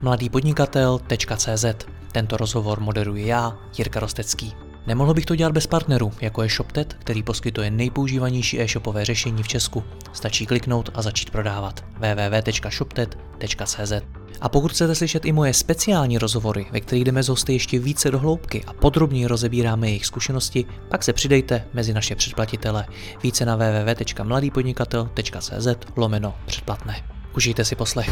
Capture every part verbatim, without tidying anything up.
mladýpodnikatel tečka cé zet. Tento rozhovor moderuji já, Jirka Rostecký. Nemohl bych to dělat bez partnerů, jako je ShopTet, který poskytuje nejpoužívanější e-shopové řešení v Česku. Stačí kliknout a začít prodávat. w w w tečka shoptet tečka cé zet. A pokud chcete slyšet i moje speciální rozhovory, ve kterých jdeme s hosty ještě více do hloubky a podrobněji rozebíráme jejich zkušenosti, pak se přidejte mezi naše předplatitele. Více na w w w tečka mladýpodnikatel tečka cé zet lomeno předplatné. Užijte si poslech.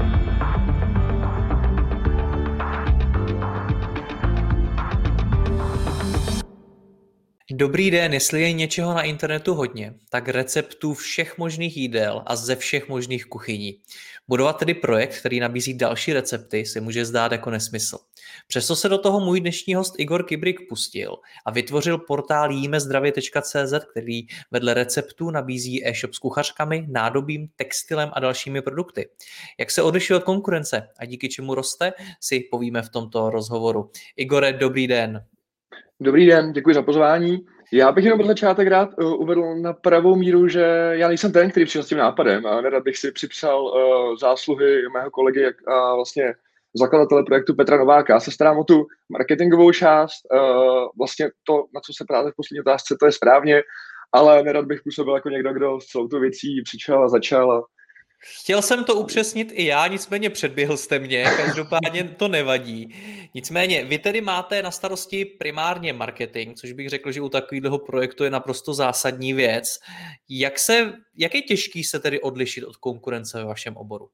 Dobrý den, jestli je něčeho na internetu hodně, tak receptů všech možných jídel a ze všech možných kuchyní. Budovat tedy projekt, který nabízí další recepty, se může zdát jako nesmysl. Přesto se do toho můj dnešní host Igor Kybrik pustil a vytvořil portál jímezdravě tečka cé zet, který vedle receptů nabízí e-shop s kuchařkami, nádobím, textilem a dalšími produkty. Jak se odlišuje od konkurence a díky čemu roste, si povíme v tomto rozhovoru. Igore, dobrý den. Dobrý den, děkuji za pozvání. Já bych jenom pro začátek rád uh, uvedl na pravou míru, že já nejsem ten, který přišel s tím nápadem a nerad bych si připsal uh, zásluhy mého kolegy a vlastně zakladatele projektu Petra Nováka. Já se starám o tu marketingovou část, uh, vlastně to, na co se ptáte v poslední otázce, to je správně, ale nerad bych působil jako někdo, kdo s celou tu věcí přišel a začal a Chtěl jsem to upřesnit i já, nicméně předběhl jste mě, každopádně to nevadí. Nicméně, vy tedy máte na starosti primárně marketing, což bych řekl, že u takového projektu je naprosto zásadní věc. Jak, se, jak je těžký se tedy odlišit od konkurence ve vašem oboru?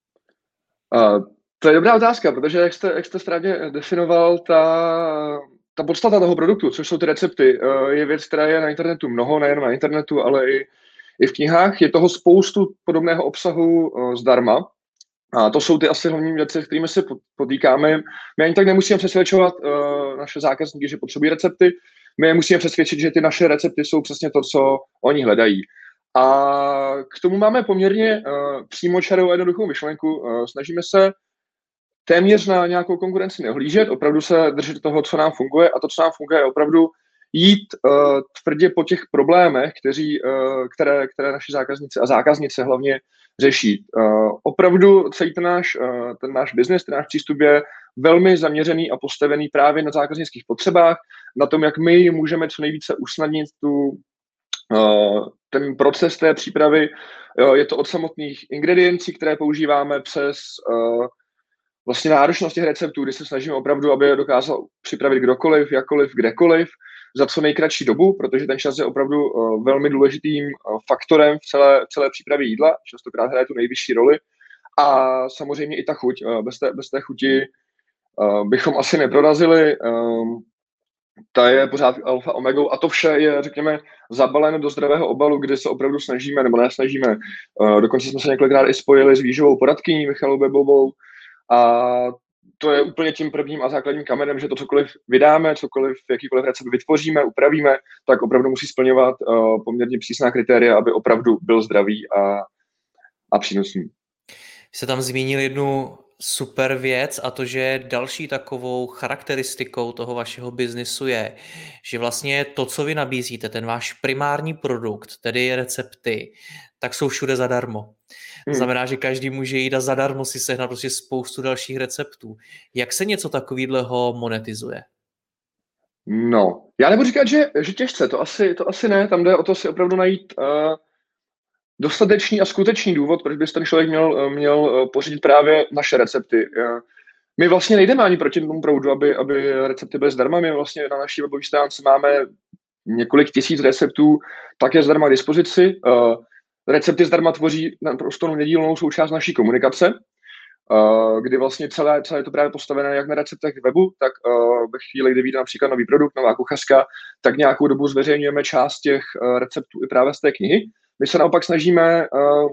Uh, to je dobrá otázka, protože jak jste, jak jste správně definoval, ta, ta podstata toho produktu, což jsou ty recepty, uh, je věc, která je na internetu mnoho, nejen na internetu, ale i I v knihách. Je toho spoustu podobného obsahu uh, zdarma. A to jsou ty asi hlavní věci, s kterými se potýkáme. My ani tak nemusíme přesvědčovat uh, naše zákazníky, že potřebují recepty. My je musíme přesvědčit, že ty naše recepty jsou přesně to, co oni hledají. A k tomu máme poměrně uh, přímočarou a jednoduchou myšlenku. Uh, snažíme se téměř na nějakou konkurenci nehlížet, opravdu se držet toho, co nám funguje. A to, co nám funguje, je opravdu jít uh, tvrdě po těch problémech, kteří, uh, které, které naši zákazníci a zákaznice hlavně řeší. Uh, opravdu celý ten náš, uh, ten náš biznes, ten náš přístup je velmi zaměřený a postavený právě na zákaznických potřebách, na tom, jak my můžeme co nejvíce usnadnit tu, uh, ten proces té přípravy. Uh, je to od samotných ingrediencí, které používáme, přes uh, vlastně náročnost těch receptů, kdy se snažíme opravdu, aby je dokázal připravit kdokoliv, jakkoliv, kdekoliv, za co nejkratší dobu, protože ten čas je opravdu uh, velmi důležitým uh, faktorem v celé, celé přípravě jídla, častokrát hraje tu nejvyšší roli. A samozřejmě i ta chuť. Uh, bez, té, bez té chuti uh, bychom asi neprorazili. Um, ta je pořád alfa omegou a to vše je, řekněme, zabaleno do zdravého obalu, kde se opravdu snažíme, nebo nesnažíme. Uh, dokonce jsme se několikrát i spojili s výživovou poradkyní Michalou Bebovou a to je úplně tím prvním a základním kamenem, že to cokoliv vydáme, cokoliv, jakýkoliv recept vytvoříme, upravíme, tak opravdu musí splňovat uh, poměrně přísná kritéria, aby opravdu byl zdravý a, a přínosný. Jste tam zmínil jednu super věc a to, že další takovou charakteristikou toho vašeho biznisu je, že vlastně to, co vy nabízíte, ten váš primární produkt, tedy recepty, tak jsou všude zadarmo. To znamená, že každý může jít a zadarmo si sehnat prostě spoustu dalších receptů. Jak se něco takového monetizuje? No, já nebudu říkat, že, že těžce, to asi, to asi ne, tam jde o to si opravdu najít uh, dostatečný a skutečný důvod, proč by ten člověk měl, měl pořídit právě naše recepty. Uh, my vlastně nejdeme ani proti tomu proudu, aby, aby recepty byly zdarma, my vlastně na naší webové stránce máme několik tisíc receptů také zdarma k dispozici. Uh, Recepty zdarma tvoří naprosto nedílnou součást naší komunikace, kdy vlastně celé, celé je to právě postavené jak na receptech webu, tak ve chvíli, kdy vyjde například nový produkt, nová kuchařka, tak nějakou dobu zveřejňujeme část těch receptů i právě z té knihy. My se naopak snažíme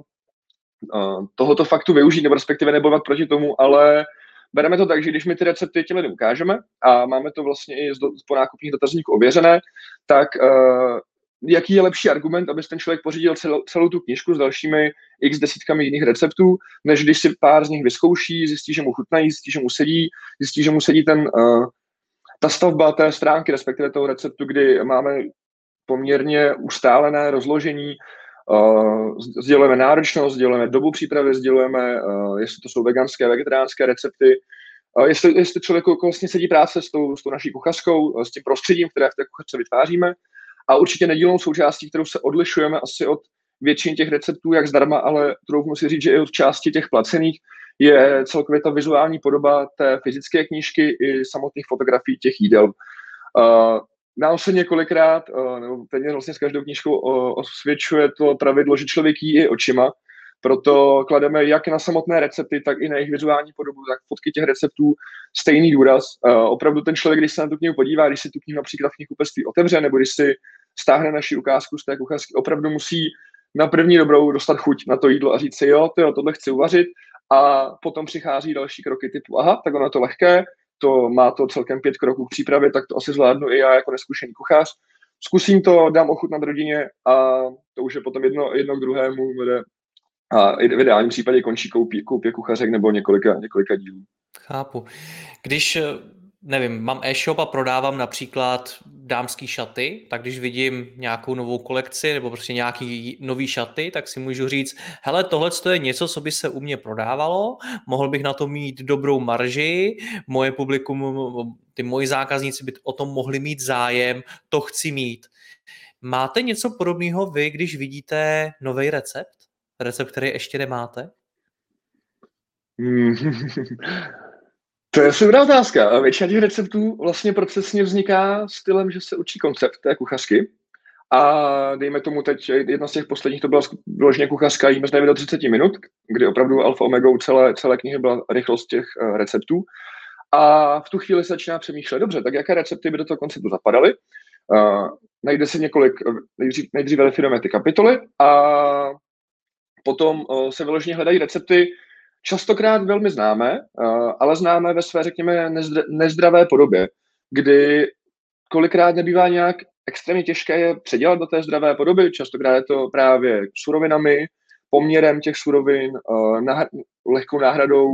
tohoto faktu využít, nebo respektive nebojovat proti tomu, ale bereme to tak, že když my ty recepty těm lidem ukážeme a máme to vlastně i z, do, z ponákupních dotazníků ověřené, tak jaký je lepší argument, aby ten člověk pořídil celou, celou tu knížku s dalšími x desítkami jiných receptů, než když si pár z nich vyzkouší, zjistí, že mu chutnají, zjistí, že mu sedí, zjistí, že mu sedí ten, uh, ta stavba té stránky, respektive toho receptu, kdy máme poměrně ustálené rozložení Uh, sdělujeme náročnost, sdělujeme dobu přípravy, sdělujeme, uh, jestli to jsou veganské, vegetariánské recepty, uh, jestli, jestli člověku vlastně sedí práce s tou, s tou naší kuchařkou, uh, s tím prostředím, které v té kuchařce vytváříme. A určitě nedílnou součástí, kterou se odlišujeme asi od většiny těch receptů, jak zdarma, ale troufnu si říct, že i od části těch placených, je celkově ta vizuální podoba té fyzické knížky i samotných fotografií těch jídel. Uh, nám se několikrát, uh, nebo téměř vlastně s každou knížkou uh, osvědčuje to pravidlo, že člověk jí i očima, proto klademe jak na samotné recepty, tak i na jejich vizuální podobu, tak fotky těch receptů stejný důraz. Uh, opravdu ten člověk, když se na tu knihu podívá, když si tu knihu například v knihkupectví otevře, nebo když si stáhne naši ukázku z té kuchařky, opravdu musí na první dobrou dostat chuť na to jídlo a říct si, jo, tyjo, tohle chci uvařit, a potom přichází další kroky typu, aha, tak ono je to lehké, to má to celkem pět kroků k přípravě, tak to asi zvládnu i já jako neskušený kuchař. Zkusím to, dám ochutnat rodině a to už je potom jedno, jedno k druhému vede. A v ideálním případě končí koupě, koupě kuchařek nebo několika, několika dílů. Chápu. Když, nevím, mám e-shop a prodávám například dámský šaty, tak když vidím nějakou novou kolekci nebo prostě nějaký nový šaty, tak si můžu říct, hele, tohle je něco, co by se u mě prodávalo, mohl bych na to mít dobrou marži, moje publikum, ty moji zákazníci by o tom mohli mít zájem, to chci mít. Máte něco podobného vy, když vidíte nový recept? Recept, který ještě nemáte? Hmm. To je dobrá otázka. Většina těch receptů vlastně procesně vzniká stylem, že se učí koncept té kuchařky. A dejme tomu teď, jedna z těch posledních to byla vyloženě kuchařka, jíme zde do třicet minut, kdy opravdu alfa omegou celé, celé knihy byla rychlost těch uh, receptů. A v tu chvíli se začíná přemýšlet, dobře, tak jaké recepty by do toho konceptu zapadaly. Uh, najde se několik, nejdřív, nejdříve definujeme ty kapitoly a potom uh, se vyloženě hledají recepty, častokrát velmi známé, uh, ale známé ve své, řekněme, nezdra, nezdravé podobě, kdy kolikrát nebývá nějak extrémně těžké je předělat do té zdravé podoby, častokrát je to právě surovinami, poměrem těch surovin, uh, náhr- lehkou náhradou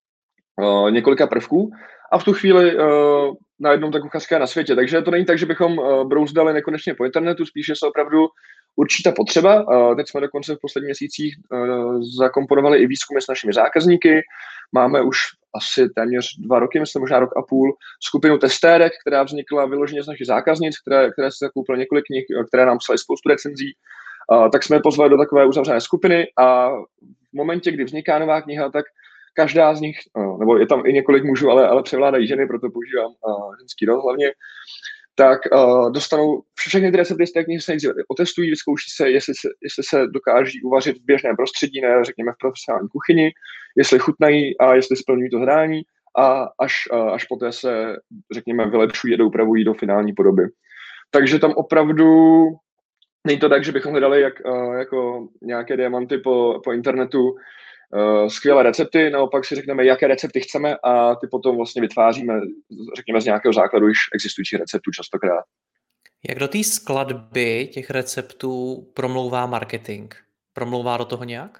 uh, několika prvků a v tu chvíli uh, najednou ta kuchařka je na světě. Takže to není tak, že bychom uh, brouzdali nekonečně po internetu, spíše se opravdu určitá potřeba. Uh, teď jsme dokonce v posledních měsících uh, zakomponovali i výzkumy s našimi zákazníky. Máme už asi téměř dva roky, myslím možná rok a půl, skupinu testérek, která vznikla vyloženě z našich zákaznic, které, které si zakoupily několik knih, které nám psaly spoustu recenzí. Uh, tak jsme je pozvali do takové uzavřené skupiny a v momentě, kdy vzniká nová kniha, tak každá z nich, uh, nebo je tam i několik mužů, ale, ale převládají ženy, proto používám uh, ženský rod hlavně, tak uh, dostanou všechny ty recepty z té knihy, se nejdříve otestují, vyzkouší se, jestli se, jestli se dokáží uvařit v běžném prostředí, ne řekněme v profesionální kuchyni, jestli chutnají a jestli splňují to zadání a až, uh, až poté se, řekněme, vylepšují a doupravují do finální podoby. Takže tam opravdu není to tak, že bychom hledali jak, uh, jako nějaké diamanty po, po internetu, Uh, skvělé recepty, naopak si řekneme, jaké recepty chceme a ty potom vlastně vytváříme, řekněme, z nějakého základu již existujících receptů častokrát. Jak do té skladby těch receptů promlouvá marketing? Promlouvá do toho nějak?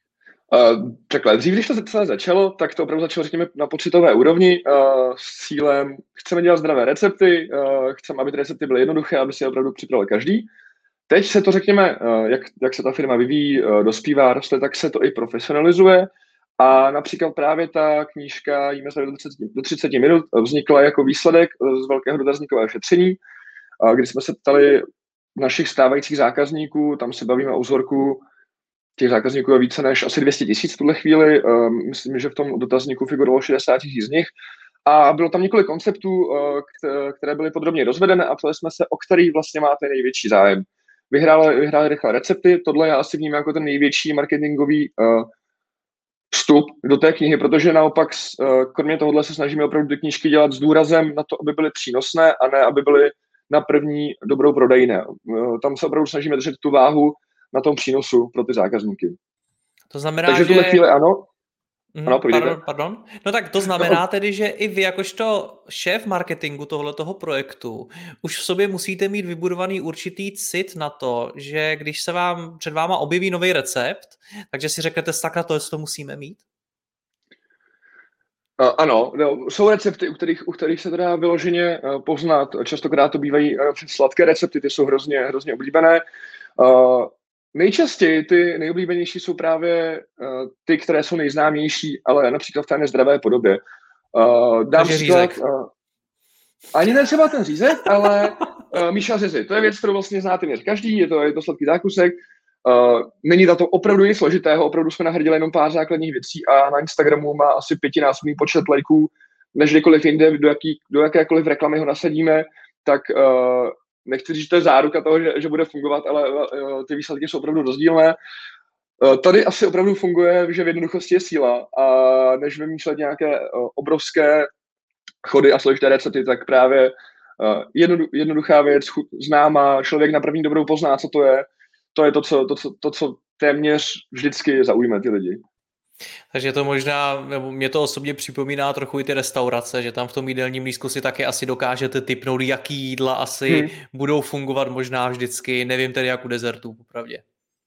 Uh, takhle, dřív, když to celé začalo, tak to opravdu začalo, řekněme, na pocitové úrovni uh, s cílem, chceme dělat zdravé recepty, uh, chceme, aby ty recepty byly jednoduché, aby si je opravdu připravil každý. Teď se to, řekněme, jak, jak se ta firma vyvíjí, dospívá, roste, tak se to i profesionalizuje a například právě ta knížka Jíme se do třicet minut vznikla jako výsledek z velkého dotazníkového šetření, kdy jsme se ptali našich stávajících zákazníků, tam se bavíme o vzorku, těch zákazníků je více než asi dvě stě tisíc v tuhle chvíli, myslím, že v tom dotazníku figurovalo šedesát tisíc z nich. A bylo tam několik konceptů, které byly podrobně rozvedené a ptali jsme se, o který vlastně máte největší zájem. Vyhráli, vyhráli rychlé recepty, tohle já asi vnímám jako ten největší marketingový uh, vstup do té knihy, protože naopak uh, kromě tohohle se snažíme opravdu ty knížky dělat s důrazem na to, aby byly přínosné a ne, aby byly na první dobrou prodejné. Uh, tam se opravdu snažíme držet tu váhu na tom přínosu pro ty zákazníky. To znamená, Takže v tuhle že... chvíli ano. Mm, ano, pardon, pardon. No tak to znamená no. tedy, že i vy jakožto šéf marketingu tohletoho projektu už v sobě musíte mít vybudovaný určitý cit na to, že když se vám před váma objeví nový recept, takže si řeknete, sakra, to, to musíme mít? Uh, ano, no, jsou recepty, u kterých, u kterých se teda vyloženě uh, poznat. Častokrát to bývají uh, sladké recepty, ty jsou hrozně, hrozně oblíbené. Uh, nejčastěji ty nejoblíbenější jsou právě uh, ty, které jsou nejznámější, ale například v té nezdravé podobě. Uh, dám Takže příklad, řízek. uh, ani ne třeba ten řízek, ale uh, Míša Řezy. To je věc, kterou vlastně zná téměř každý, je to, je to sladký zákusek. Uh, není na to opravdu nic složitého, opravdu jsme nahradili jenom pár základních věcí a na Instagramu má asi pětinásobný počet lajků, než kdekoliv jinde, do, jaký, do jakékoliv reklamy ho nasadíme, tak uh, nechci říct, že to je záruka toho, že, že bude fungovat, ale uh, ty výsledky jsou opravdu rozdílné. Uh, tady asi opravdu funguje, že v jednoduchosti je síla a než vymýšlet nějaké uh, obrovské chody a složité recepty, tak právě uh, jednodu, jednoduchá věc, chud, známá, člověk na první dobrou pozná, co to je, to je to, co, to, co, to, co téměř vždycky zaujme ty lidi. Takže to možná, nebo mě to osobně připomíná trochu i ty restaurace, že tam v tom jídelním lístku si taky asi dokážete tipnout, jaký jídla asi hmm. budou fungovat možná vždycky, nevím tedy jak u dezertů, popravdě.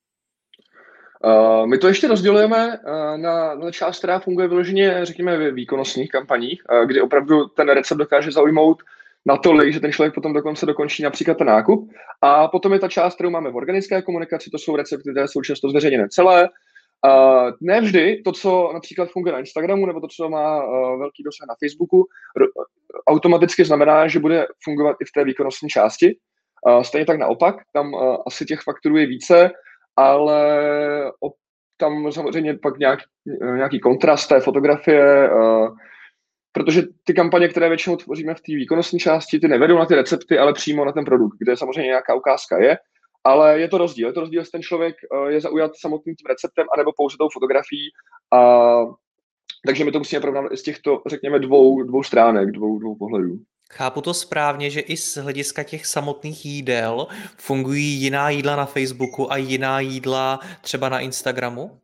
Uh, my to ještě rozdělujeme uh, na, na část, která funguje vyloženě, řekněme, ve výkonnostních kampaních, uh, kdy opravdu ten recept dokáže zaujmout natolik, že ten člověk potom dokonce dokončí například ten nákup. A potom je ta část, kterou máme v organické komunikaci, to jsou recepty, které jsou často zveřejněné celé. Uh, ne vždy to, co například funguje na Instagramu, nebo to, co má uh, velký dosah na Facebooku, r- automaticky znamená, že bude fungovat i v té výkonnostní části. Uh, stejně tak naopak, tam uh, asi těch faktorů je více, ale op, tam samozřejmě pak nějaký, nějaký kontrast té fotografie, uh, protože ty kampaně, které většinou tvoříme v té výkonnostní části, ty nevedou na ty recepty, ale přímo na ten produkt, kde samozřejmě nějaká ukázka je. Ale je to rozdíl. Je to rozdíl, jestli ten člověk uh, je zaujat samotným tím receptem, anebo pouze tou fotografií. Uh, takže my to musíme porovnat z těchto, řekněme, dvou, dvou stránek, dvou, dvou pohledů. Chápu to správně, že i z hlediska těch samotných jídel fungují jiná jídla na Facebooku a jiná jídla třeba na Instagramu?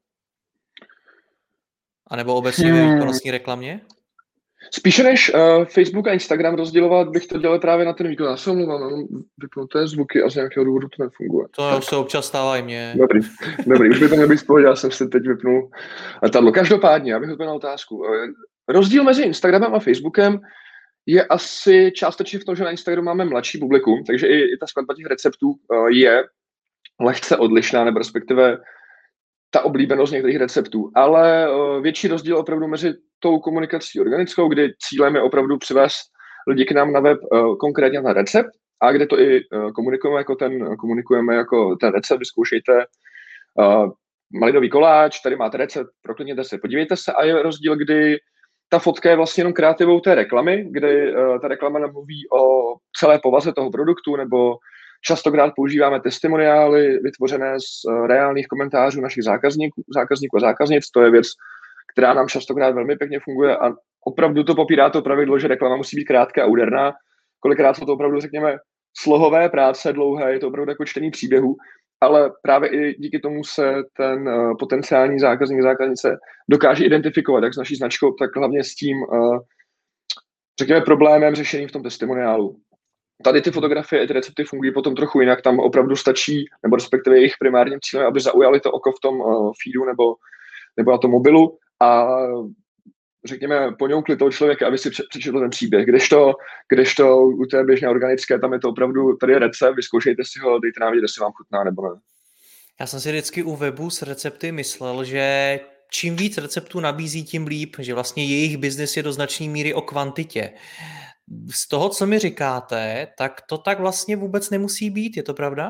A nebo obecně ve výkonnostní reklamě? Spíše než uh, Facebook a Instagram rozdělovat, bych to dělal právě na ten výkon. Já se omlouvám, mám vypnuté zvuky a z nějakého důvodu to nefunguje. To tak. Se občas stává i mně. Dobrý, dobrý, už by to měl být v pohodě, já jsem si teď vypnul letadlo. Každopádně, abych odpověděl na otázku. Rozdíl mezi Instagramem a Facebookem je asi částečně v tom, že na Instagramu máme mladší publikum, takže i, i ta skladba těch receptů uh, je lehce odlišná, nebo respektive ta oblíbenost některých receptů, ale uh, větší rozdíl opravdu mezi tou komunikací organickou, kdy cílem je opravdu přivést lidi k nám na web uh, konkrétně na recept, a kde to i uh, komunikujeme jako ten, komunikujeme jako ten recept, vyzkoušejte uh, malinový koláč, tady máte recept, proklikněte se, podívejte se, a je rozdíl, kdy ta fotka je vlastně jenom kreativou té reklamy, kdy uh, ta reklama nemluví o celé povaze toho produktu, nebo častokrát používáme testimoniály vytvořené z uh, reálných komentářů našich zákazníků, zákazníků a zákaznic. To je věc, která nám častokrát velmi pěkně funguje a opravdu to popírá to pravidlo, že reklama musí být krátká a úderná. Kolikrát jsou to opravdu, řekněme, slohové práce dlouhé, je to opravdu jako čtení příběhu, ale právě i díky tomu se ten uh, potenciální zákazník, zákaznice dokáže identifikovat jak s naší značkou, tak hlavně s tím, uh, řekněme, problémem řešeným v tom testimoniálu. Tady ty fotografie i ty recepty fungují potom trochu jinak, tam opravdu stačí, nebo respektive jejich primárním cílem, aby zaujali to oko v tom uh, feedu nebo, nebo na tom mobilu a řekněme, poňoukli toho člověka, aby si přečetl ten příběh. Kdežto, kdežto u té běžné organické, tam je to opravdu, tady je recept, vyzkoušejte si ho, dejte nám vědět, jestli vám chutná nebo ne. Já jsem si vždycky u webu s recepty myslel, že čím víc receptů nabízí, tím líp, že vlastně jejich biznis je do značné míry o kvantitě. Z toho, co mi říkáte, tak to tak vlastně vůbec nemusí být, je to pravda?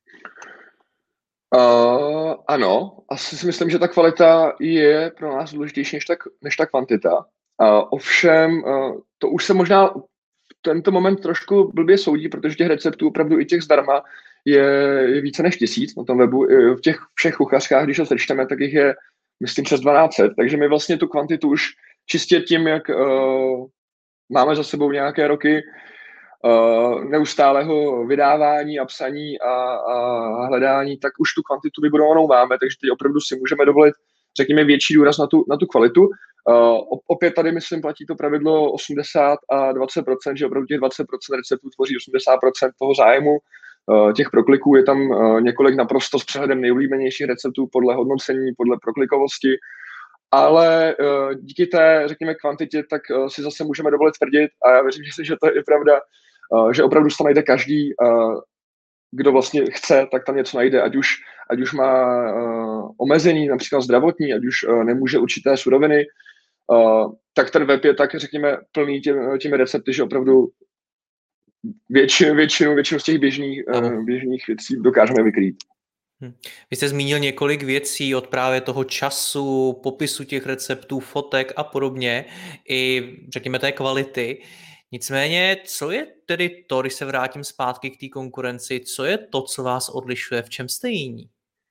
Uh, ano, asi si myslím, že ta kvalita je pro nás důležitější než ta, než ta kvantita. Uh, ovšem, uh, to už se možná v tento moment trošku blbě soudí, protože těch receptů opravdu i těch zdarma je, je více než tisíc na tom webu. V těch všech kuchařkách, když to sečteme, tak jich je, myslím, přes dvanáct set. Takže my vlastně tu kvantitu už čistě tím, jak uh, máme za sebou nějaké roky uh, neustálého vydávání a psaní a, a hledání, tak už tu kvantitu vybudovanou máme, takže teď opravdu si můžeme dovolit, řekněme, větší důraz na tu, na tu kvalitu. Uh, opět tady, myslím, platí to pravidlo osmdesát a dvacet procent, že opravdu těch dvacet procent receptů tvoří osmdesát procent toho zájmu. Uh, těch prokliků je tam uh, několik naprosto s přehledem nejoblíbenějších receptů podle hodnocení, podle proklikovosti, ale uh, díky té, řekněme, kvantitě, tak uh, si zase můžeme dovolit tvrdit, a já věřím, že, že to je pravda, uh, že opravdu to najde každý, uh, kdo vlastně chce, tak tam něco najde, ať už, ať už má uh, omezení, například zdravotní, ať už uh, nemůže určité suroviny, uh, tak ten web je tak, řekněme, plný těmi, těmi recepty, že opravdu většinu, většinu, většinu z těch běžných, uh, běžných věcí dokážeme vykrýt. Vy jste zmínil několik věcí od právě toho času, popisu těch receptů, fotek a podobně, i řekněme té kvality. Nicméně, co je tedy to, když se vrátím zpátky k té konkurenci, co je to, co vás odlišuje, v čem jste jiní?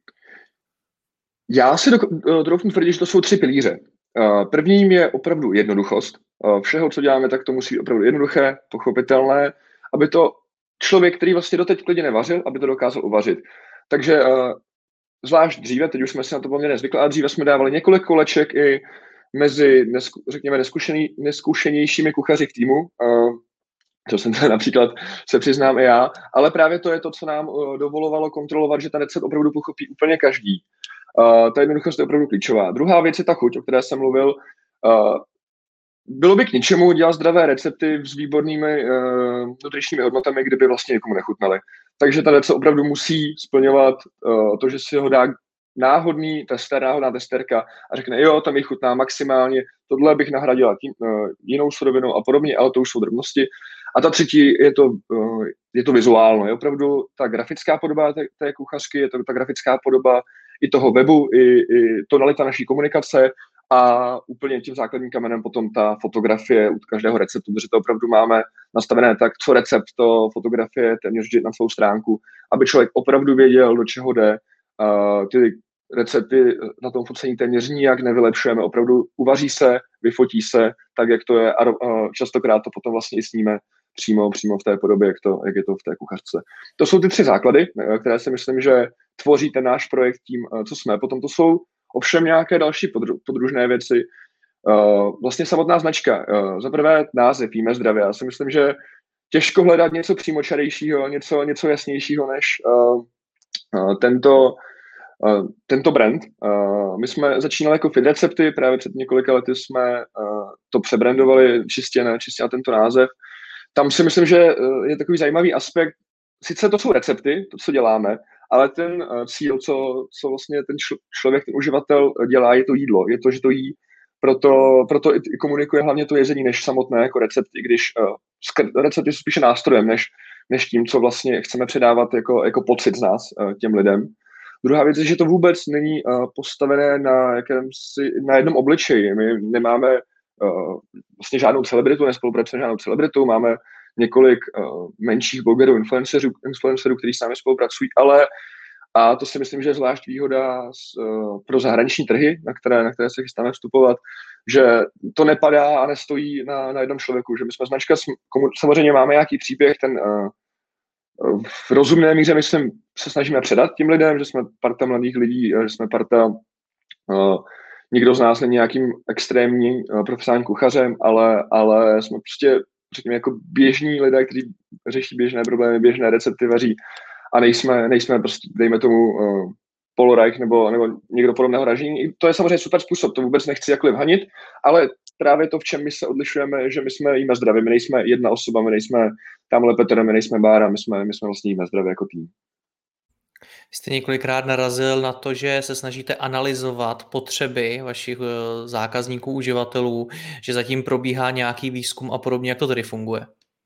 Já si doufám tvrdit, že to jsou tři pilíře. Prvním je opravdu jednoduchost. Všeho, co děláme, tak to musí být opravdu jednoduché, pochopitelné, aby to člověk, který vlastně doteď klidně nevařil, aby to dokázal uvařit. Takže zvlášť dříve, teď už jsme si na to poměrně zvykli, ale dříve jsme dávali několik koleček i mezi, řekněme, neskušený, neskušenějšími kuchaři v týmu, to jsem to například se přiznám i já, ale právě to je to, co nám dovolovalo kontrolovat, že ten recept opravdu pochopí úplně každý. Ta jednoduchost je opravdu klíčová. Druhá věc je ta chuť, o které jsem mluvil. Bylo by k ničemu dělat zdravé recepty s výbornými uh, nutričními hodnotami, kdyby vlastně někomu nechutnaly. Takže ten recept opravdu musí splňovat uh, to, že si ho dá náhodný tester, náhodná testerka a řekne, jo, tam mi chutná maximálně, tohle bych nahradila tím, uh, jinou surovinou a podobně, ale to už jsou drobnosti. A ta třetí je to, uh, je to vizuálno. Je opravdu ta grafická podoba té, té kuchařky, je to ta grafická podoba i toho webu, i, i tonalita naší komunikace, a úplně tím základním kamenem potom ta fotografie u každého receptu, protože to opravdu máme nastavené tak, co recept, to fotografie téměř vždy na svou stránku, aby člověk opravdu věděl, do čeho jde. Uh, ty recepty na tom focení téměř nijak nevylepšujeme, opravdu uvaří se, vyfotí se, tak, jak to je, a uh, častokrát to potom vlastně i sníme přímo, přímo v té podobě, jak, to, jak je to v té kuchařce. To jsou ty tři základy, které si myslím, že tvoří ten náš projekt tím, co jsme. Potom to jsou ovšem nějaké další podru, podružné věci. Uh, vlastně samotná značka. Uh, za prvé název Jíme zdravě. Já si myslím, že těžko hledat něco přímočarejšího, něco, něco jasnějšího než uh, uh, tento, uh, tento brand. Uh, my jsme začínali jako fit recepty, právě před několika lety jsme uh, to přebrandovali čistě na, čistě na tento název. Tam si myslím, že uh, je takový zajímavý aspekt. Sice to jsou recepty, to, co děláme, ale ten cíl, co, co vlastně ten člověk, ten uživatel dělá, je to jídlo. Je to, že to jí, proto, proto i komunikuje hlavně to jezení než samotné jako recepty, když uh, recepty jsou spíše nástrojem, než, než tím, co vlastně chceme předávat jako, jako pocit z nás uh, těm lidem. Druhá věc je, že to vůbec není uh, postavené na, jakémsi, na jednom obličeji. My nemáme uh, vlastně žádnou celebritu, nespolupracujeme žádnou celebritu, máme několik uh, menších blogerů, influencerů, influencerů, kteří s námi spolupracují, ale a to si myslím, že je zvlášť výhoda z, uh, pro zahraniční trhy, na které, na které se chystáme vstupovat, že to nepadá a nestojí na, na jednom člověku, že my jsme značka, komu, samozřejmě máme nějaký příběh, ten uh, v rozumné míře my se snažíme předat těm lidem, že jsme parta mladých lidí, že jsme parta, uh, nikdo z nás není nějakým extrémním uh, profesionálním kuchařem, ale, ale jsme prostě řekněme, jako běžní lidé, kteří řeší běžné problémy, běžné recepty vaří a nejsme, nejsme prostě, dejme tomu, uh, Polorajch nebo, nebo někdo podobného ražení. To je samozřejmě super způsob, to vůbec nechci jakkoliv hanit, ale právě to, v čem my se odlišujeme, že my jsme Jíme zdravě, my nejsme jedna osoba, my nejsme tamhle Petr, my nejsme Bára, my jsme, my jsme vlastně Jíme zdravě jako tým. Jste několikrát narazil na to, že se snažíte analyzovat potřeby vašich zákazníků, uživatelů, že zatím probíhá nějaký výzkum a podobně. Jak to tedy funguje?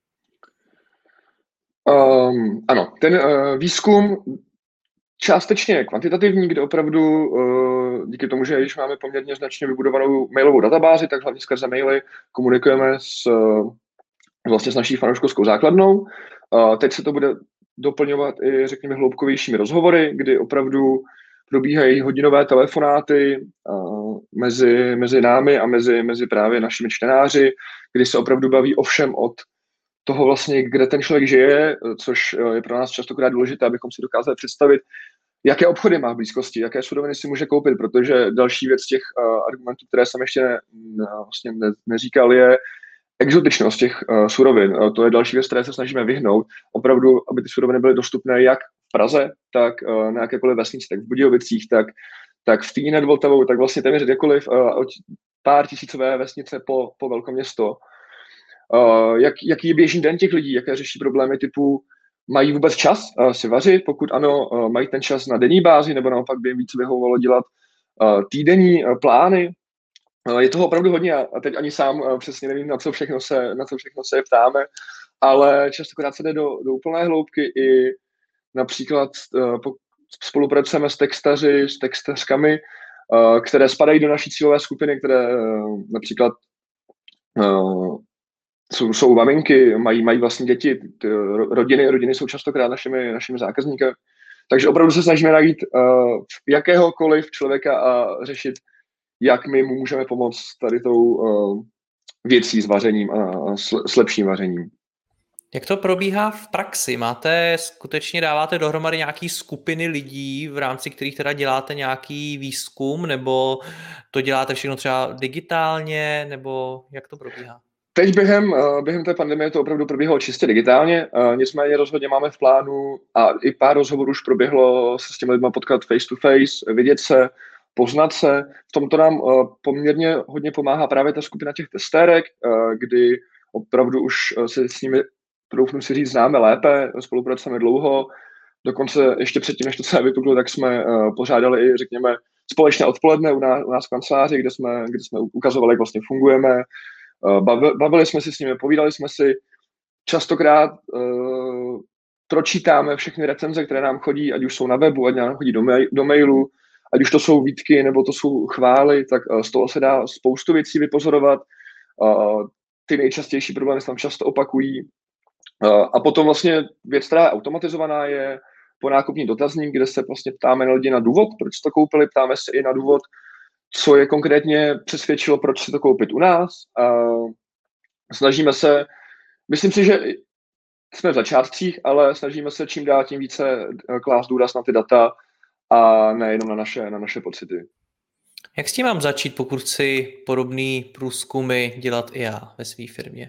Um, ano, ten uh, výzkum částečně kvantitativní, kde opravdu uh, díky tomu, že když máme poměrně značně vybudovanou mailovou databázi, tak hlavně skrze maily komunikujeme s, uh, vlastně s naší fanouškovskou základnou. Uh, teď se to bude doplňovat i, řekněme, hloubkovějšími rozhovory, kdy opravdu probíhají hodinové telefonáty uh, mezi, mezi námi a mezi, mezi právě našimi čtenáři, kdy se opravdu baví o všem od toho vlastně, kde ten člověk žije, což je pro nás častokrát důležité, abychom si dokázali představit, jaké obchody má v blízkosti, jaké suroviny si může koupit, protože další věc těch uh, argumentů, které jsem ještě ne, ne, vlastně ne, neříkal, je exotičnost těch uh, surovin. Uh, to je další věc, které se snažíme vyhnout. Opravdu, aby ty suroviny byly dostupné jak v Praze, tak uh, na jakékoliv vesnici, tak v Budějovicích, tak, tak v Týně nad Vltavou, tak vlastně téměř kdekoliv, uh, od pár tisícové vesnice po, po velkoměsto. Uh, jak, jaký je běžný den těch lidí, jaké řeší problémy typu mají vůbec čas uh, si vařit, pokud ano, uh, mají ten čas na denní bázi, nebo naopak by jim víc vyhovovalo dělat uh, týdenní uh, plány. Uh, je toho opravdu hodně a teď ani sám uh, přesně nevím, na co všechno se, na co všechno se ptáme, ale častokrát se jde do, do úplné hloubky i například uh, po, spolupracujeme s textaři, s textařkami, uh, které spadají do naší cílové skupiny, které uh, například uh, jsou, jsou maminky, mají, mají vlastní děti, ty, rodiny, rodiny jsou častokrát našimi, našimi zákazníky. Takže opravdu se snažíme najít uh, jakéhokoliv člověka a řešit, jak my mu můžeme pomoct tady tou uh, věcí s vařením a s, s lepším vařením. Jak to probíhá v praxi? Máte, skutečně dáváte dohromady nějaký skupiny lidí, v rámci kterých teda děláte nějaký výzkum, nebo to děláte všechno třeba digitálně, nebo jak to probíhá? Teď během, během té pandemie to opravdu probíhalo čistě digitálně, nicméně rozhodně máme v plánu a i pár rozhovorů už proběhlo se s těmi lidmi potkat face to face, vidět se, poznat se. V tomto nám poměrně hodně pomáhá právě ta skupina těch testérek, kdy opravdu už se s nimi, doufnu si říct, známe lépe, spolupracujeme dlouho. Dokonce ještě předtím, než to celé vypuklo, tak jsme pořádali i, řekněme, společné odpoledne u nás, u nás v kanceláři, kde jsme, kde jsme ukazovali, jak vlastně fungujeme. Bavili jsme si s nimi, povídali jsme si. Častokrát uh, pročítáme všechny recenze, které nám chodí, ať už jsou na webu, ať nám chodí do, mail, do mailu, ať už to jsou výtky, nebo to jsou chvály, tak uh, z toho se dá spoustu věcí vypozorovat. Uh, ty nejčastější problémy se tam často opakují. Uh, a potom vlastně věc, která je automatizovaná, je po nákupní dotazník, kde se vlastně ptáme na lidi na důvod, proč to koupili, ptáme se i na důvod, co je konkrétně přesvědčilo, proč si to koupit u nás. Uh, snažíme se, myslím si, že jsme v začátcích, ale snažíme se čím dál tím více klást důraz na ty data a nejenom na naše, na naše pocity. Jak s tím mám začít, pokud chci podobný průzkumy dělat i já ve své firmě?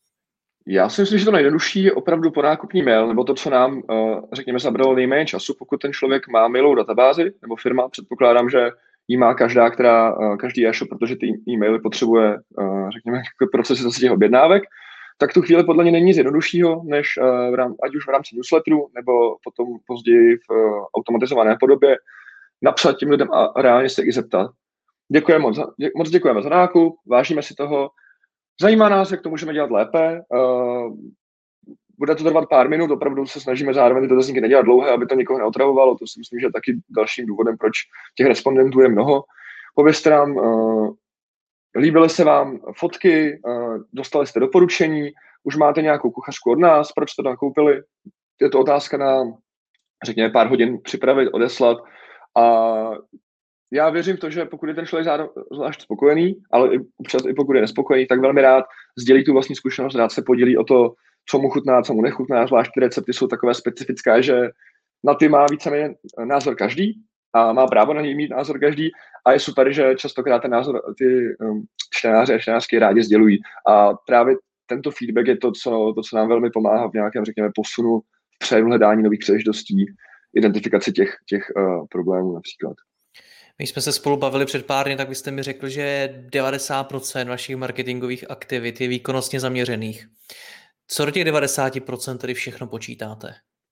Já si myslím, že to nejjednodušší je opravdu ponákupní mail, nebo to, co nám, řekněme, zabralo nejméně času, pokud ten člověk má mailovou databázi, nebo firma, předpokládám, že jí má každá, která, každý e-shop, protože ty e-maily potřebuje, řekněme, procesy zase těch objednávek, tak tu chvíli podle mě není nic jednoduššího, než v rám, ať už v rámci newsletteru, nebo potom později v automatizované podobě napsat těm lidem a reálně se jich zeptat. Děkujeme moc, dě, moc děkujeme za nákup, vážíme si toho, zajímá nás, jak to můžeme dělat lépe, uh, bude to trvat pár minut, opravdu se snažíme zároveň ty dotazníky nedělat dlouhé, aby to nikoho neotravovalo, to si myslím, že je taky dalším důvodem, proč těch respondentů je mnoho. Povězte nám, uh, líbily se vám fotky, uh, dostali jste doporučení, už máte nějakou kuchařku od nás, proč jste to nakoupili? Je to otázka na, řekněme, pár hodin připravit, odeslat a já věřím v to, že pokud je ten člověk zvlášť spokojený, ale i, občas i pokud je nespokojený, tak velmi rád sdělí tu vlastní zkušenost, rád se podělí o to, co mu chutná, co mu nechutná, zvlášť ty recepty jsou takové specifické, že na ty má víceméně názor každý a má právo na něj mít názor každý a je super, že častokrát ten názor ty um, čtenáři a čtenářky rádi sdělují a právě tento feedback je to, co, to, co nám velmi pomáhá v nějakém, řekněme, posunu v hledání nových příležitostí, identifikaci těch, těch uh, problémů například. My jsme se spolu bavili před pár dny, tak byste mi řekl, že devadesát procent vašich marketingových aktivit je výkonnostně zaměřených. Co do těch devadesát procent tedy všechno počítáte?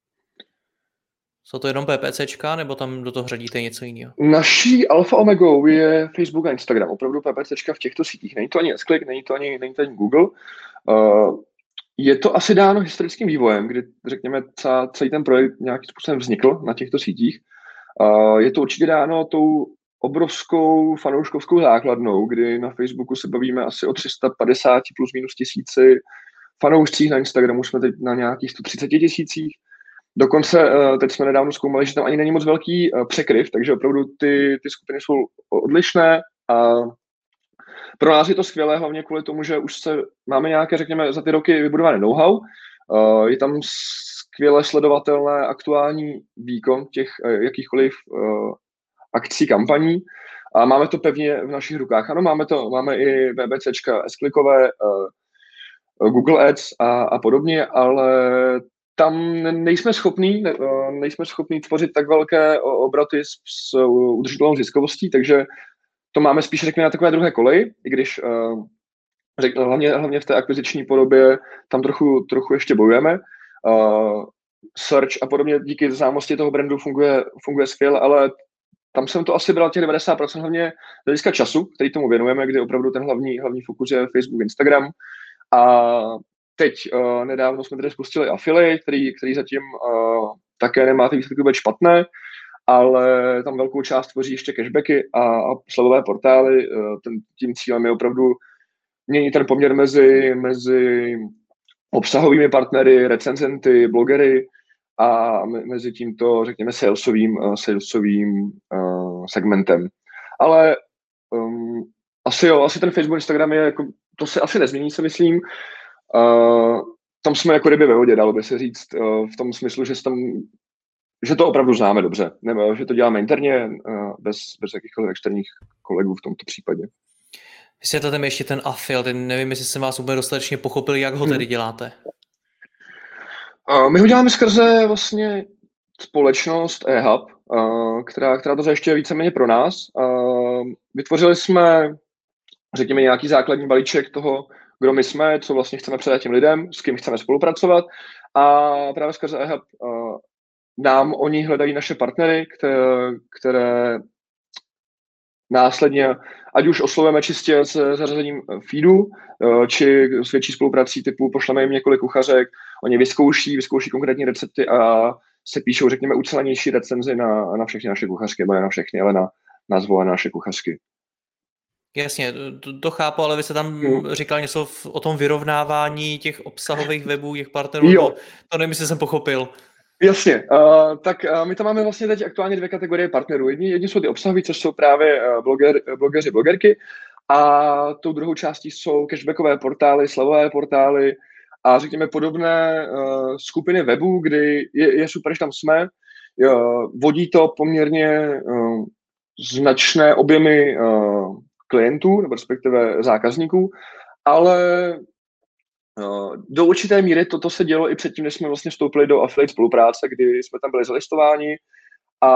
Jsou to jenom PPCčka, nebo tam do toho řadíte něco jiného? Naší alfa omegou je Facebook a Instagram. Opravdu PPCčka v těchto sítích. Není to ani S-Click, není to ani, není to ani Google. Uh, je to asi dáno historickým vývojem, kdy, řekněme, celý ten projekt nějakým způsobem vznikl na těchto sítích. Uh, je to určitě dáno tou obrovskou fanouškovskou základnou, kdy na Facebooku se bavíme asi o tři sta padesát plus minus tisíci fanoušcích, na Instagramu jsme teď na nějakých sto třicet tisících. Dokonce uh, teď jsme nedávno zkoumali, že tam ani není moc velký uh, překryv, takže opravdu ty, ty skupiny jsou odlišné a pro nás je to skvělé, hlavně kvůli tomu, že už se máme nějaké, řekněme, za ty roky vybudované know-how. Uh, je tam skvěle sledovatelné aktuální výkon těch uh, jakýchkoliv uh, akcí, kampaní a máme to pevně v našich rukách. Ano, máme to, máme i BBCčka, S-Clickové, uh, Google Ads a, a podobně, ale tam nejsme schopní, ne, nejsme schopní tvořit tak velké obraty s, s udržitelnou ziskovostí, takže to máme spíš, řekněme, na takové druhé koleji, i když uh, řek, hlavně, hlavně v té akviziční podobě tam trochu, trochu ještě bojujeme. Uh, search a podobně díky známosti toho brandu funguje, funguje skvěle, ale tam jsem to asi bral těch devadesát procent hlavně z hlediska času, který tomu věnujeme, kdy opravdu ten hlavní, hlavní fokus je Facebook, Instagram. A teď uh, nedávno jsme tady spustili affiliate, který, který zatím uh, také nemá ty výsledky vůbec špatné, ale tam velkou část tvoří ještě cashbacky a, a slevové portály. Uh, ten, tím cílem je opravdu měnit ten poměr mezi, mezi obsahovými partnery, recenzenty, blogery a mezi tímto, řekněme, salesovým, uh, salesovým uh, segmentem. Ale um, asi jo, asi ten Facebook, Instagram je jako, to se asi nezmění, se myslím. Uh, tam jsme jako ryby ve vodě, dalo by se říct, uh, v tom smyslu, že, tam, že to opravdu známe dobře, nebo že to děláme interně, uh, bez, bez jakýchkoliv externích kolegů v tomto případě. Vysvětlete mi ještě ten affiliate, nevím, jestli jsem vás úplně dostatečně pochopil, jak ho tedy děláte. Uh, my ho děláme skrze vlastně společnost eHub, uh, která, která to zajišťuje víceméně pro nás. Uh, vytvořili jsme, řekněme, nějaký základní balíček toho, kdo my jsme, co vlastně chceme předat těm lidem, s kým chceme spolupracovat a právě skrze eHub uh, nám oni hledají naše partnery, které, které následně, ať už oslovujeme čistě s zařazením feedu, uh, či s větší spoluprací typu pošleme jim několik kuchařek, oni vyzkouší, vyzkouší konkrétní recepty a se píšou, řekněme, ucelenější recenzi na, na všechny naše kuchařky, nebo ne na všechny, ale na, na zvolené naše kuchařky. Jasně, to, to chápu, ale vy jste tam hmm. říkal něco v, o tom vyrovnávání těch obsahových webů, těch partnerů, jo. to, to nevím, jestli jsem pochopil. Jasně, uh, tak uh, my tam máme vlastně teď aktuálně dvě kategorie partnerů. Jedni, jedni jsou ty obsahoví, což jsou právě uh, bloger, blogeři, blogerky a tou druhou částí jsou cashbackové portály, slevové portály a řekněme podobné uh, skupiny webů, kdy je, je super, že tam jsme, uh, vodí to poměrně uh, značné objemy uh, klientů, nebo respektive zákazníků, ale uh, do určité míry toto se dělo i předtím, než jsme vlastně vstoupili do affiliate spolupráce, kdy jsme tam byli zalistováni a,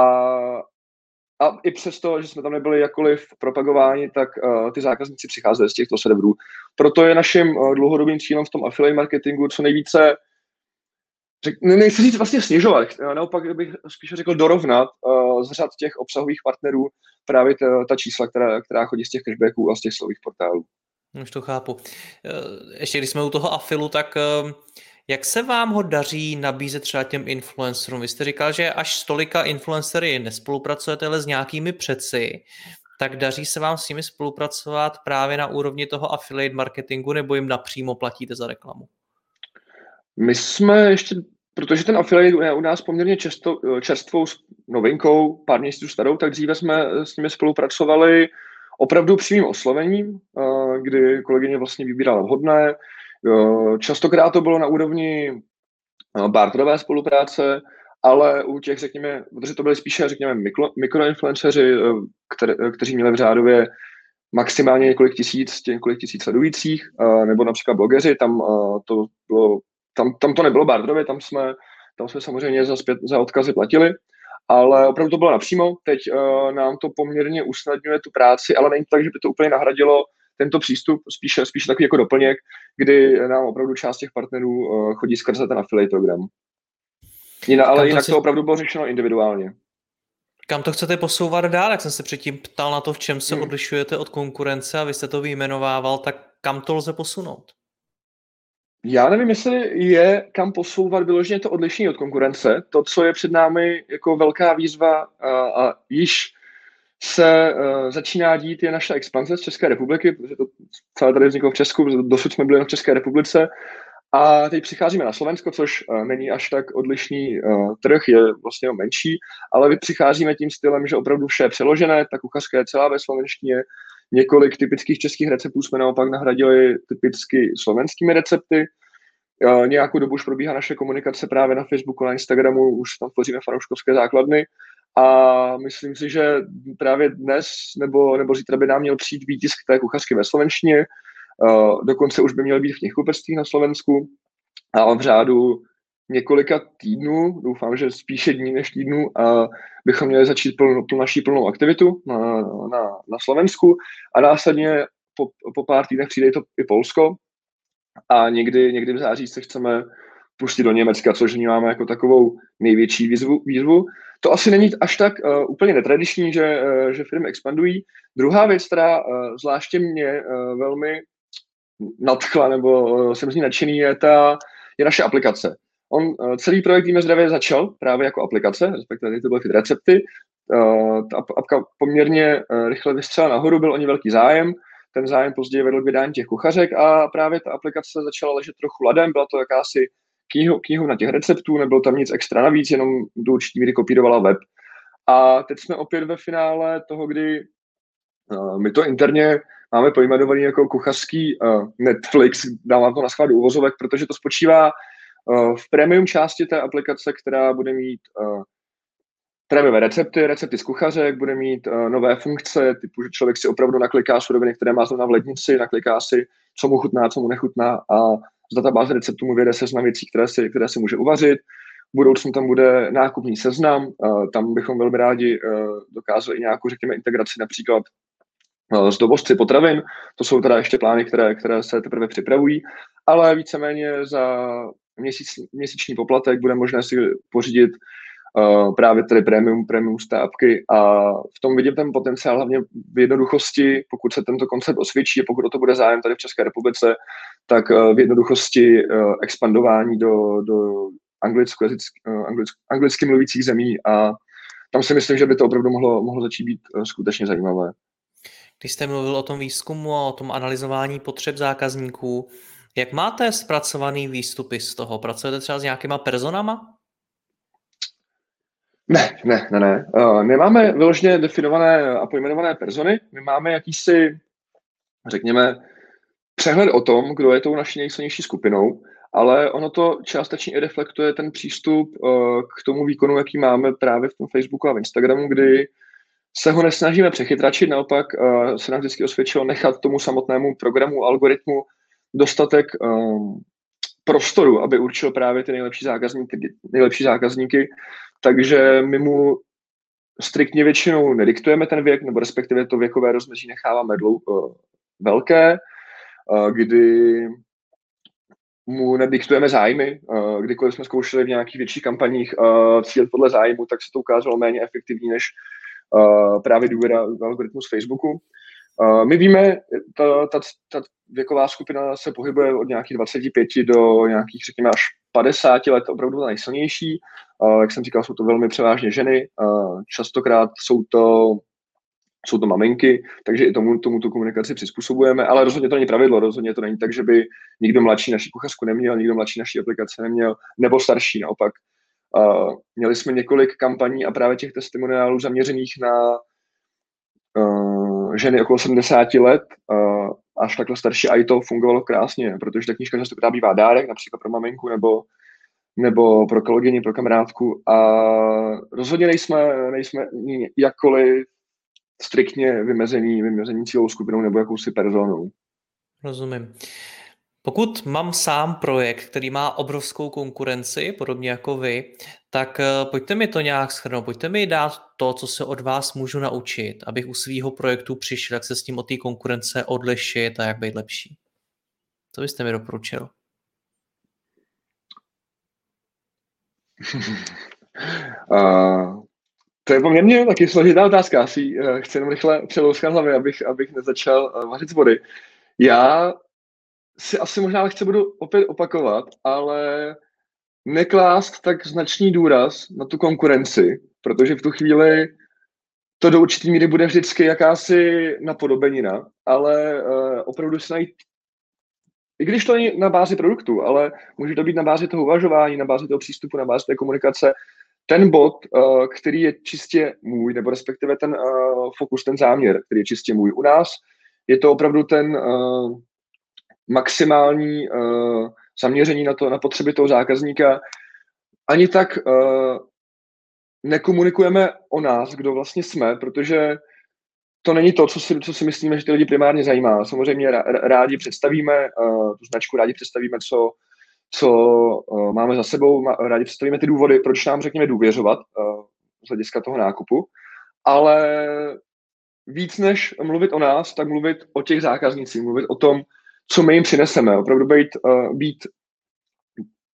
a i přesto, že jsme tam nebyli jakkoliv propagováni, tak uh, ty zákazníci přicházeli z těchto serverů. Proto je naším uh, dlouhodobým cílem v tom affiliate marketingu co nejvíce, řek, nechci říct vlastně snižovat, naopak bych spíš řekl dorovnat uh, z řad těch obsahových partnerů právě ta, ta čísla, která, která chodí z těch cashbacků a z těch slových portálů. Už to chápu. Ještě když jsme u toho afilu, tak jak se vám ho daří nabízet třeba těm influencerům? Vy jste říkal, že až s tolika influencery nespolupracujete, ale s nějakými přeci, tak daří se vám s nimi spolupracovat právě na úrovni toho affiliate marketingu, nebo jim napřímo platíte za reklamu? My jsme ještě, protože ten affiliate je u nás poměrně často, čerstvou novinkou, pár měsíců starou, tak dříve jsme s nimi spolupracovali opravdu přímým oslovením, kdy kolegyně vlastně vybírala vhodné. Častokrát to bylo na úrovni barterové spolupráce, ale u těch, řekněme, protože to byly spíše, řekněme, mikro, mikroinfluenceři, které, kteří měli v řádově maximálně několik tisíc, několik tisíc sledujících, nebo například blogeři, tam to bylo, tam, tam to nebylo barterově, tam jsme, tam jsme samozřejmě za, zpět, za odkazy platili, ale opravdu to bylo napřímo. Teď uh, nám to poměrně usnadňuje tu práci, ale není to tak, že by to úplně nahradilo tento přístup, spíše, spíše takový jako doplněk, kdy nám opravdu část těch partnerů uh, chodí skrze ten affiliate program. Jinak, ale to jinak si... to opravdu bylo řešeno individuálně. Kam to chcete posouvat dál? Jak jsem se předtím ptal na to, v čem se hmm. odlišujete od konkurence a vy jste to vyjmenovával, tak kam to lze posunout? Já nevím, jestli je kam posouvat vyloženě to odlišení od konkurence. To, co je před námi jako velká výzva a, a již se uh, začíná dít, je naše expanze z České republiky, protože to celé tady vzniklo v Česku, dosud jsme byli v České republice a teď přicházíme na Slovensko, což uh, není až tak odlišný uh, trh, je vlastně menší, ale my přicházíme tím stylem, že opravdu vše je přeložené, ta kuchařka je celá ve slovenštině, několik typických českých receptů jsme naopak nahradili typicky slovenskými recepty. Uh, nějakou dobu už probíhá naše komunikace právě na Facebooku, na Instagramu, už tam tvoříme fanouškovské základny a myslím si, že právě dnes nebo, nebo zítra by nám měl přijít výtisk té kuchařky ve slovenštině, uh, dokonce už by měl být v knihkupectvích na Slovensku a v řádu několika týdnů, doufám, že spíše dní než týdnů, a bychom měli začít plnou, plnou naší plnou aktivitu na, na, na Slovensku a následně po, po pár týdnech přijde to i Polsko a někdy, někdy v září se chceme pustit do Německa, což vnímáme jako takovou největší výzvu. výzvu. To asi není až tak uh, úplně netradiční, že, uh, že firmy expandují. Druhá věc, která uh, zvláště mě uh, velmi nadchla, nebo uh, jsem z ní nadšený, je, ta, je naše aplikace. On uh, celý projekt Víme zdravě začal právě jako aplikace, respektive to byly fit recepty. Uh, ta apka poměrně uh, rychle vystřela nahoru, byl o ní velký zájem. Ten zájem později vedl k vydání těch kuchařek a právě ta aplikace začala ležet trochu ladem. Byla to jakási knihovna těch receptů, nebylo tam nic extra navíc, jenom do určitý míry kopírovala web. A teď jsme opět ve finále toho, kdy uh, my to interně máme pojmenovaný jako kuchařský uh, Netflix, dávám to na schvál do uvozovek, protože to spočívá uh, v premium části té aplikace, která bude mít uh, prémiové recepty, recepty z kuchařek, bude mít uh, nové funkce, typu, že člověk si opravdu nakliká suroviny, které má zrovna v lednici, nakliká si, co mu chutná, co mu nechutná a z databáze receptů mu vyjde seznam věcí, které si, které si může uvařit. V budoucnu tam bude nákupní seznam, uh, tam bychom velmi rádi uh, dokázali i nějakou, řekněme, integraci například uh, s dovozci potravin. To jsou teda ještě plány, které, které se teprve připravují, ale víceméně za měsíc, měsíční poplatek bude možné si pořídit Uh, právě tedy premium, premium z té apky a v tom vidím ten potenciál hlavně v jednoduchosti, pokud se tento koncept osvědčí a pokud o to bude zájem tady v České republice, tak uh, v jednoduchosti uh, expandování do, do anglicko, uh, anglicko, anglicky mluvících zemí a tam si myslím, že by to opravdu mohlo, mohlo začít být uh, skutečně zajímavé. Když jste mluvil o tom výzkumu a o tom analyzování potřeb zákazníků, jak máte zpracovaný výstupy z toho? Pracujete třeba s nějakýma personama? Ne, ne, ne, ne. Uh, nemáme vyloženě definované a pojmenované persony. My máme jakýsi, řekněme, přehled o tom, kdo je tou naší nejsilnější skupinou, ale ono to částečně i reflektuje ten přístup uh, k tomu výkonu, jaký máme právě v tom Facebooku a v Instagramu, kdy se ho nesnažíme přechytračit, naopak uh, se nám vždycky osvědčilo nechat tomu samotnému programu, algoritmu dostatek um, prostoru, aby určil právě ty nejlepší zákazníky, nejlepší zákazníky. Takže my mu striktně většinou nediktujeme ten věk, nebo respektive to věkové rozmezí necháváme dlou, uh, velké, uh, kdy mu nediktujeme zájmy. Uh, kdykoliv jsme zkoušeli v nějakých větších kampaních uh, cílit podle zájmu, tak se to ukázalo méně efektivní než uh, právě důvěra v algoritmus Facebooku. Uh, my víme, ta, ta, ta věková skupina se pohybuje od nějakých dvacet pět do nějakých, řekněme, až padesát let, opravdu nejsilnější. Uh, jak jsem říkal, jsou to velmi převážně ženy, uh, častokrát jsou to, jsou to maminky, takže i tomu, tomu tu komunikaci přizpůsobujeme, ale rozhodně to není pravidlo, rozhodně to není tak, že by nikdo mladší naší kuchařku neměl, nikdo mladší naší aplikace neměl, nebo starší, naopak. Uh, měli jsme několik kampaní a právě těch testimoniálů zaměřených na uh, ženy okolo sedmdesát let, uh, až takhle starší, a i to fungovalo krásně, protože ta knížka častokrát bývá dárek, například pro maminku nebo nebo pro kolegyni, pro kamarádku a rozhodně nejsme, nejsme jakkoliv striktně vymezení, vymezení cílovou skupinou nebo jakousi personou. Rozumím. Pokud mám sám projekt, který má obrovskou konkurenci, podobně jako vy, tak pojďte mi to nějak shrnout, pojďte mi dát to, co se od vás můžu naučit, abych u svého projektu přišel, jak se s tím od té konkurence odlišit a jak být lepší. Co byste mi doporučil? uh, to je poměrně taky složitá otázka. Asi uh, chci jenom rychle přelouskat hlavy, abych, abych nezačal uh, vařit z vody. Já si asi možná chci budu opět opakovat, ale neklást tak značný důraz na tu konkurenci, protože v tu chvíli to do určitý míry bude vždycky jakási napodobenina, ale uh, opravdu si najít, i když to není na bázi produktu, ale může to být na bázi toho uvažování, na bázi toho přístupu, na bázi té komunikace, ten bod, uh, který je čistě můj, nebo respektive ten uh, fokus, ten záměr, který je čistě můj. U nás je to opravdu ten uh, maximální uh, zaměření na to, na potřeby toho zákazníka. Ani tak uh, nekomunikujeme o nás, kdo vlastně jsme, protože to není to, co si, co si myslíme, že ty lidi primárně zajímá. Samozřejmě rádi představíme uh, tu značku, rádi představíme, co, co uh, máme za sebou, rádi představíme ty důvody, proč nám, řekněme, důvěřovat uh, z hlediska toho nákupu, ale víc než mluvit o nás, tak mluvit o těch zákaznicích, mluvit o tom, co my jim přineseme, opravdu být, uh, být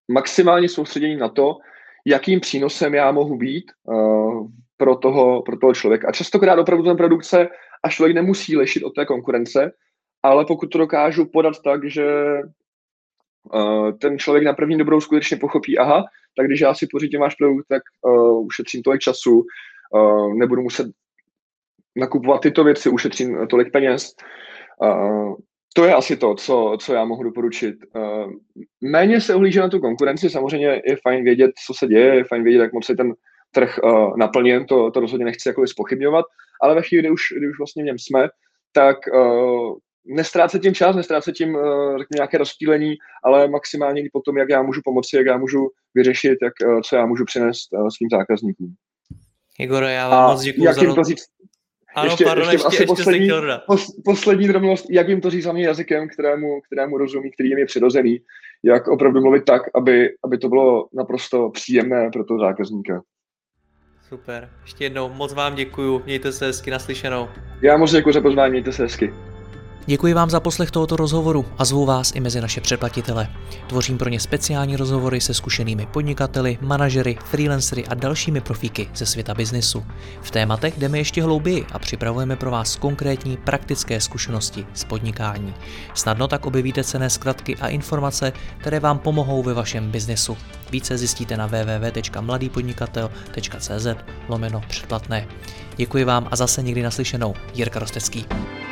maximálně soustředění na to, jakým přínosem já mohu být uh, pro, toho, pro toho člověka. A častokrát opravdu ten produkt se a člověk nemusí lišit od té konkurence, ale pokud to dokážu podat tak, že uh, ten člověk na první dobrou skutečně pochopí, aha, tak když já si pořídím váš produkt, tak uh, ušetřím tolik času, uh, nebudu muset nakupovat tyto věci, ušetřím tolik peněz. Uh, to je asi to, co, co já mohu doporučit. Uh, méně se ohlížet na tu konkurenci, samozřejmě je fajn vědět, co se děje, je fajn vědět, jak moc je ten trh uh, naplněn, to, to rozhodně nechci jakoby zpochybňovat, ale ve chvíli, kdy už, kdy už vlastně v něm jsme, tak uh, nestrácet tím čas, nestrácet tím uh, řekněme, nějaké rozptýlení, ale maximálně potom, jak já můžu pomoci, jak já můžu vyřešit, jak, uh, co já můžu přinést uh, svým zákazníkům. Igore, já vám moc děkuju za to říct. Ano, ještě, pardon, ještě, ještě, asi ještě poslední, pos, poslední drobnost, jak jim to říct hlavně jazykem, kterému, kterému rozumí, který jim je přirozený, jak opravdu mluvit tak, aby, aby to bylo naprosto příjemné pro toho zákazníka. Super, ještě jednou moc vám děkuju, mějte se hezky, naslyšenou. Já moc děkuji za pozvání, mějte se hezky. Děkuji vám za poslech tohoto rozhovoru a zvu vás i mezi naše předplatitele. Tvořím pro ně speciální rozhovory se zkušenými podnikateli, manažery, freelancery a dalšími profíky ze světa biznisu. V tématech jdeme ještě hlouběji a připravujeme pro vás konkrétní praktické zkušenosti z podnikání. Snadno tak objevíte cenné zkratky a informace, které vám pomohou ve vašem biznesu. Více zjistíte na w w w tečka mladýpodnikatel tečka c z lomeno předplatné. Děkuji vám a zase někdy naslyšenou. Jirka Rostecký.